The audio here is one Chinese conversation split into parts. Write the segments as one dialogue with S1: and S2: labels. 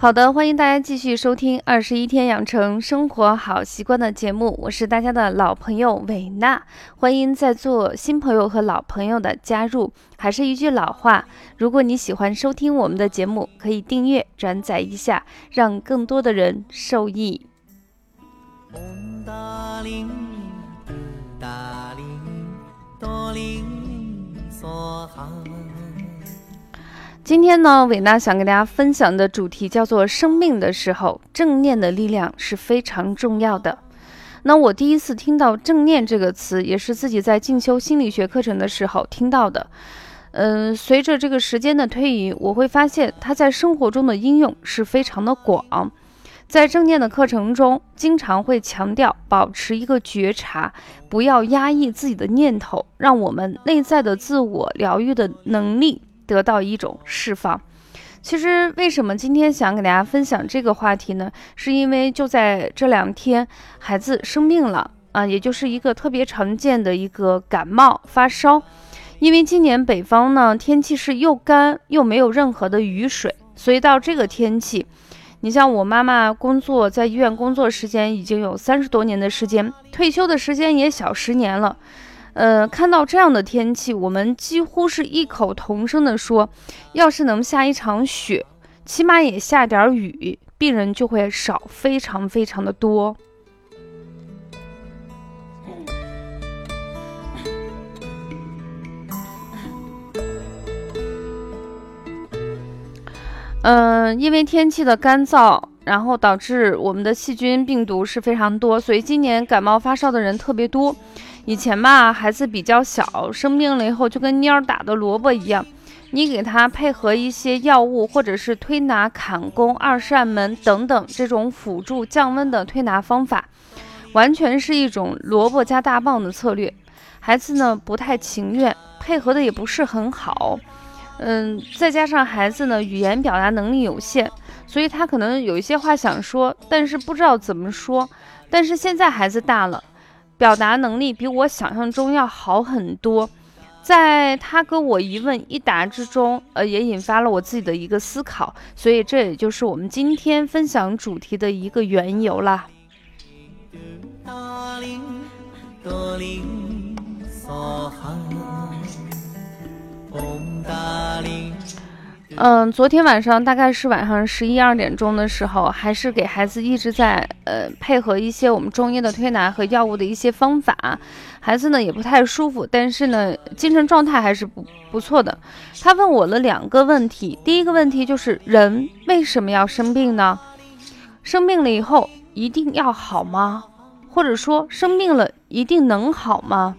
S1: 好的，欢迎大家继续收听21天养成生活好习惯的节目，我是大家的老朋友伟娜，欢迎在座新朋友和老朋友的加入。还是一句老话，如果你喜欢收听我们的节目，可以订阅转载一下，让更多的人受益。今天呢，伟娜想跟大家分享的主题叫做生病的时候，正念的力量是非常重要的。那我第一次听到正念这个词，也是自己在进修心理学课程的时候听到的。随着这个时间的推移，我会发现它在生活中的应用是非常的广。在正念的课程中，经常会强调保持一个觉察，不要压抑自己的念头，让我们内在的自我疗愈的能力得到一种释放。其实为什么今天想给大家分享这个话题呢？是因为就在这2天，孩子生病了也就是一个特别常见的一个感冒发烧。因为今年北方呢天气是又干又没有任何的雨水，所以到这个天气，你像我妈妈在医院工作时间已经有30多年的时间，退休的时间也小10年了。看到这样的天气，我们几乎是异口同声的说，要是能下一场雪，起码也下点雨，病人就会少非常非常的多。因为天气的干燥，然后导致我们的细菌病毒是非常多，所以今年感冒发烧的人特别多。以前吧，孩子比较小，生病了以后就跟蔫打的萝卜一样，你给他配合一些药物，或者是推拿、坎宫、二扇门等等这种辅助降温的推拿方法，完全是一种萝卜加大棒的策略。孩子呢不太情愿，配合的也不是很好。再加上孩子呢语言表达能力有限，所以他可能有一些话想说，但是不知道怎么说。但是现在孩子大了，表达能力比我想象中要好很多，在他跟我一问一答之中，也引发了我自己的一个思考，所以这也就是我们今天分享主题的一个缘由啦。昨天晚上大概是晚上11、12点钟的时候，还是给孩子一直在配合一些我们中医的推拿和药物的一些方法。孩子呢也不太舒服，但是呢精神状态还是不错的。他问我了2个问题，第一个问题就是人为什么要生病呢？生病了以后一定要好吗？或者说生病了一定能好吗？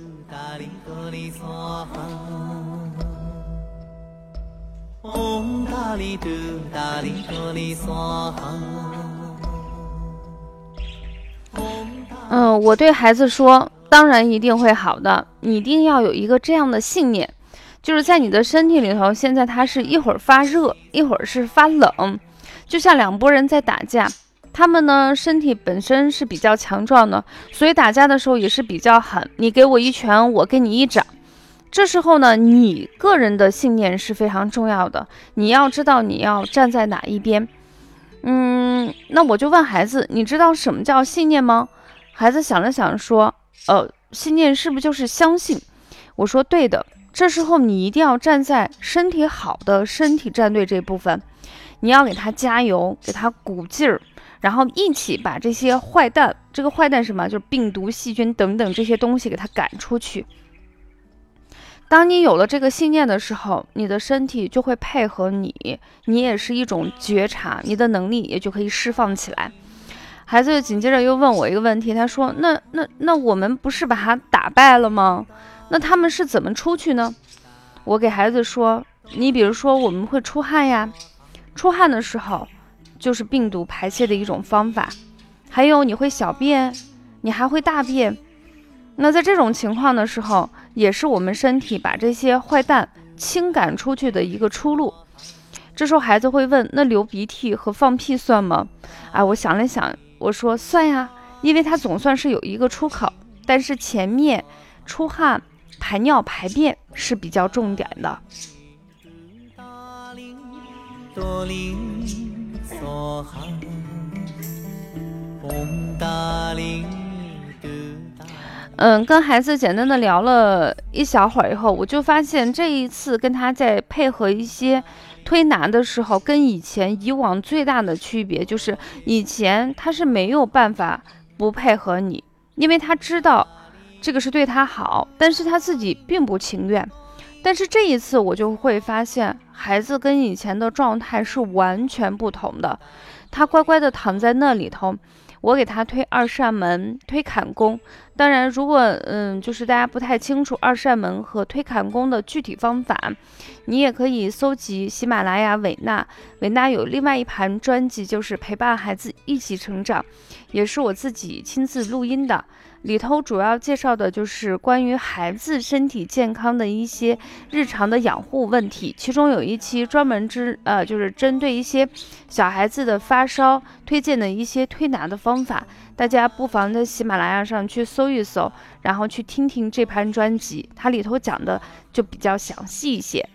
S1: 我对孩子说，当然一定会好的，你一定要有一个这样的信念，就是在你的身体里头，现在它是一会儿发热，一会儿是发冷，就像2拨人在打架，他们呢身体本身是比较强壮的，所以打架的时候也是比较狠，你给我一拳，我给你一掌。这时候呢，你个人的信念是非常重要的，你要知道你要站在哪一边。那我就问孩子，你知道什么叫信念吗？孩子想了想说，信念是不是就是相信？我说对的。这时候你一定要站在身体好的身体战队这部分，你要给他加油，给他鼓劲儿，然后一起把这些坏蛋，这个坏蛋是什么？就是病毒、细菌等等这些东西给他赶出去。当你有了这个信念的时候，你的身体就会配合你，你也是一种觉察，你的能力也就可以释放起来。孩子紧接着又问我一个问题，他说那我们不是把他打败了吗？那他们是怎么出去呢？我给孩子说，你比如说我们会出汗呀，出汗的时候就是病毒排泄的一种方法，还有你会小便，你还会大便，那在这种情况的时候，也是我们身体把这些坏蛋清赶出去的一个出路。这时候孩子会问，那流鼻涕和放屁算吗？我想了想，我说算呀，因为它总算是有一个出口，但是前面出汗、排尿、排便是比较重点的。 跟孩子简单的聊了一小会儿以后，我就发现这一次跟他在配合一些推拿的时候，跟以往最大的区别就是以前他是没有办法不配合你，因为他知道这个是对他好，但是他自己并不情愿。但是这一次我就会发现，孩子跟以前的状态是完全不同的。他乖乖的躺在那里头，我给他推二扇门、推坎宫。当然，如果就是大家不太清楚二扇门和推坎宫的具体方法，你也可以搜集喜马拉雅韦娜有另外一盘专辑，就是陪伴孩子一起成长，也是我自己亲自录音的。里头主要介绍的就是关于孩子身体健康的一些日常的养护问题，其中有一期专门就是针对一些小孩子的发烧推荐的一些推拿的方法，大家不妨在喜马拉雅上去搜一搜，然后去听听这盘专辑，它里头讲的就比较详细一些。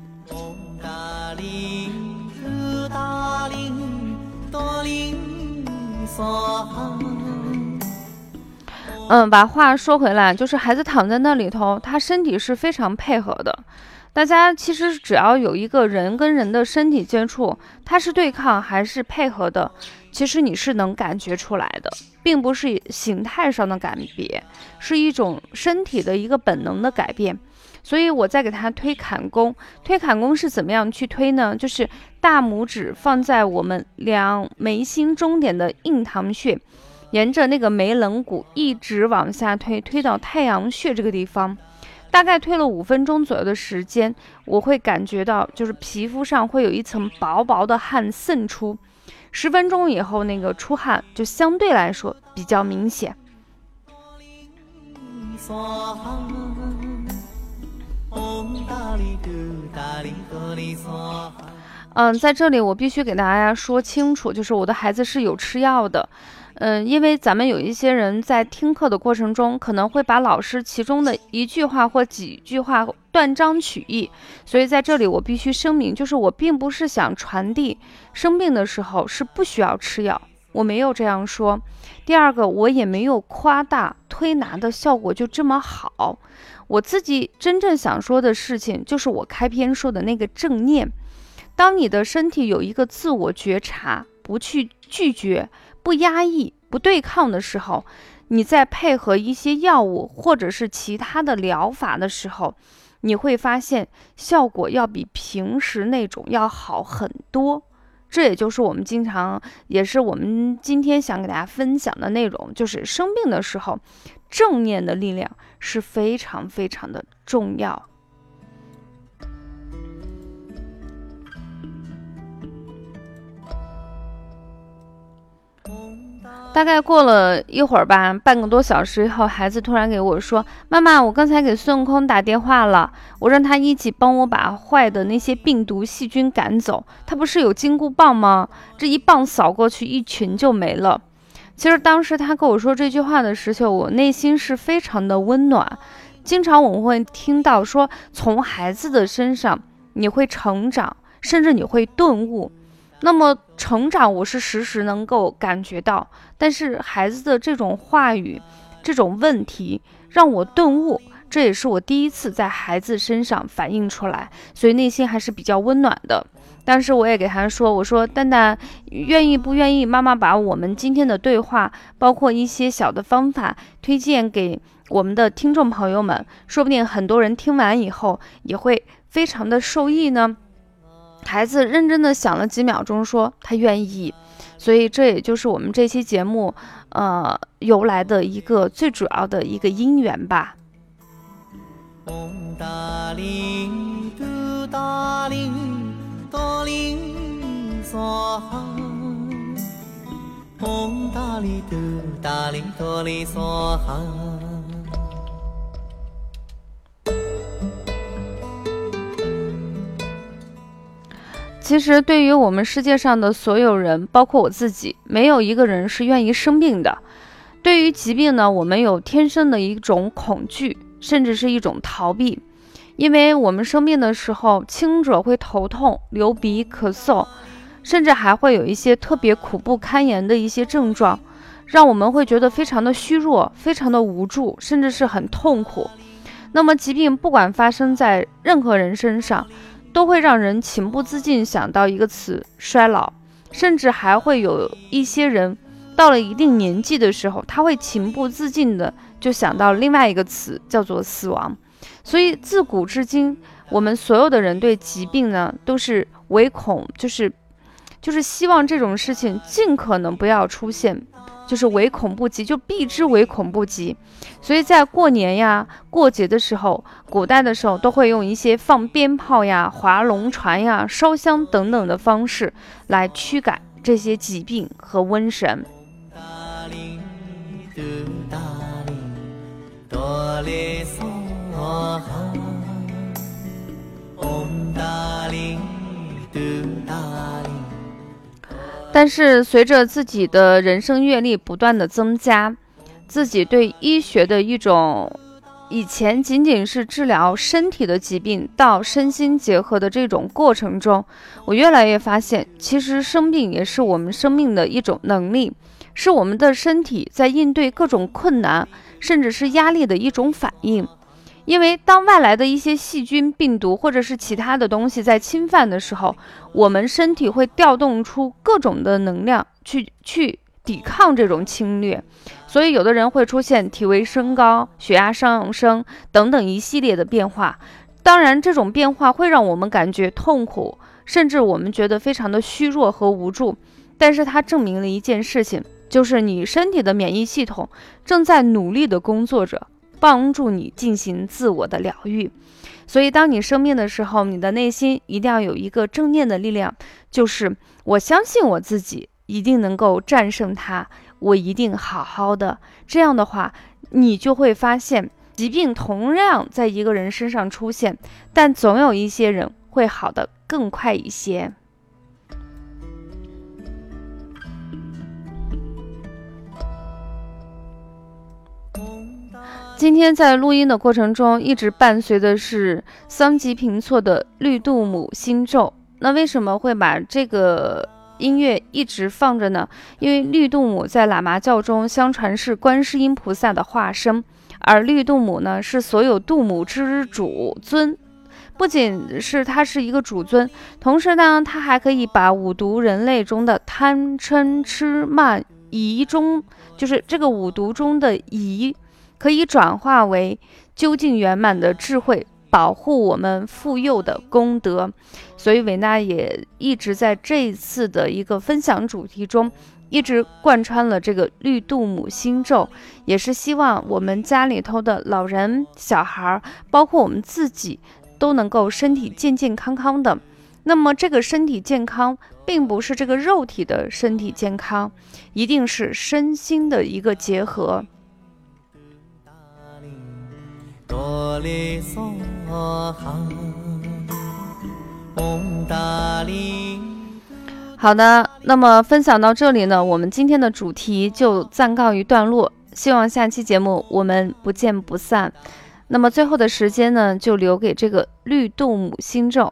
S1: 把话说回来，就是孩子躺在那里头，他身体是非常配合的。大家其实只要有一个人跟人的身体接触，他是对抗还是配合的，其实你是能感觉出来的，并不是形态上的改变，是一种身体的一个本能的改变。所以我再给他推坎宫，推坎宫是怎么样去推呢？就是大拇指放在我们两眉心中点的印堂穴，沿着那个眉棱骨一直往下推，推到太阳穴这个地方，大概推了5分钟左右的时间，我会感觉到就是皮肤上会有一层薄薄的汗渗出，10分钟以后那个出汗就相对来说比较明显。在这里我必须给大家说清楚，就是我的孩子是有吃药的。因为咱们有一些人在听课的过程中，可能会把老师其中的一句话或几句话断章取义，所以在这里我必须声明，就是我并不是想传递生病的时候是不需要吃药，我没有这样说。第二个，我也没有夸大推拿的效果就这么好。我自己真正想说的事情，就是我开篇说的那个正念。当你的身体有一个自我觉察，不去拒绝、不压抑、不对抗的时候，你在配合一些药物或者是其他的疗法的时候，你会发现效果要比平时那种要好很多。这也就是我们也是我们今天想给大家分享的内容，就是生病的时候，正念的力量是非常非常的重要。大概过了一会儿吧，半个多小时以后，孩子突然给我说：“妈妈，我刚才给孙悟空打电话了，我让他一起帮我把坏的那些病毒细菌赶走。他不是有金箍棒吗？这一棒扫过去，一群就没了。”其实当时他跟我说这句话的时候，我内心是非常的温暖。经常我们会听到说，从孩子的身上你会成长，甚至你会顿悟。那么成长我是时时能够感觉到，但是孩子的这种话语、这种问题让我顿悟，这也是我第一次在孩子身上反映出来，所以内心还是比较温暖的。当时我也给他说，我说蛋蛋愿意不愿意妈妈把我们今天的对话，包括一些小的方法推荐给我们的听众朋友们，说不定很多人听完以后也会非常的受益呢。孩子认真的想了几秒钟，说他愿意，所以这也就是我们这期节目由来的一个最主要的一个因缘吧。其实对于我们世界上的所有人，包括我自己，没有一个人是愿意生病的。对于疾病呢，我们有天生的一种恐惧，甚至是一种逃避。因为我们生病的时候，轻者会头痛、流鼻、咳嗽， 甚至还会有一些特别苦不堪言的一些症状，让我们会觉得非常的虚弱，非常的无助，甚至是很痛苦。那么疾病不管发生在任何人身上，都会让人情不自禁想到一个词：衰老。甚至还会有一些人到了一定年纪的时候，他会情不自禁的就想到另外一个词，叫做死亡。所以自古至今，我们所有的人对疾病呢，都是唯恐就是希望这种事情尽可能不要出现，就是唯恐不及，就避之唯恐不及。所以在过年呀、过节的时候，古代的时候都会用一些放鞭炮呀、划龙船呀、烧香等等的方式来驱赶这些疾病和瘟神。但是随着自己的人生阅历不断的增加，自己对医学的一种以前仅仅是治疗身体的疾病到身心结合的这种过程中，我越来越发现，其实生病也是我们生命的一种能力，是我们的身体在应对各种困难甚至是压力的一种反应。因为当外来的一些细菌、病毒或者是其他的东西在侵犯的时候，我们身体会调动出各种的能量去抵抗这种侵略。所以有的人会出现体位升高、血压上升等等一系列的变化。当然这种变化会让我们感觉痛苦，甚至我们觉得非常的虚弱和无助。但是它证明了一件事情，就是你身体的免疫系统正在努力的工作着，帮助你进行自我的疗愈。所以当你生病的时候，你的内心一定要有一个正念的力量，就是我相信我自己一定能够战胜它，我一定好好的。这样的话，你就会发现疾病同样在一个人身上出现，但总有一些人会好得更快一些。今天在录音的过程中，一直伴随的是桑吉平措的绿度母心咒。那为什么会把这个音乐一直放着呢？因为绿度母在喇嘛教中相传是观世音菩萨的化身，而绿度母呢是所有度母之主尊。不仅是它是一个主尊，同时呢，它还可以把五毒人类中的贪嗔痴慢疑中，就是这个五毒中的疑，可以转化为究竟圆满的智慧，保护我们妇幼的功德。所以维纳也一直在这一次的一个分享主题中，一直贯穿了这个绿度母心咒，也是希望我们家里头的老人、小孩，包括我们自己，都能够身体健健康康的。那么这个身体健康并不是这个肉体的身体健康，一定是身心的一个结合。好的，那么分享到这里呢，我们今天的主题就暂告一段落，希望下期节目我们不见不散。那么最后的时间呢，就留给这个绿度母心咒。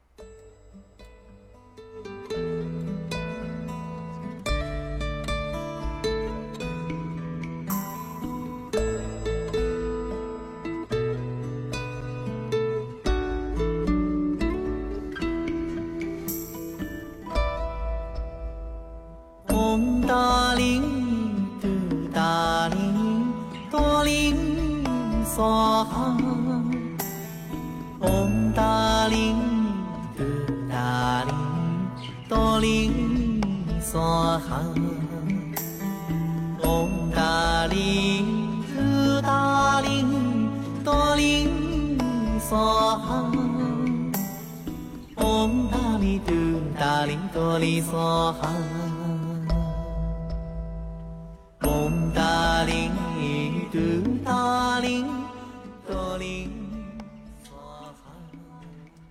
S2: Om Daling Tu Daling Toling Swaha Om Daling Tu Daling Toling Swaha Om Daling Tu Daling Toling Swaha Om Daling Tu Daling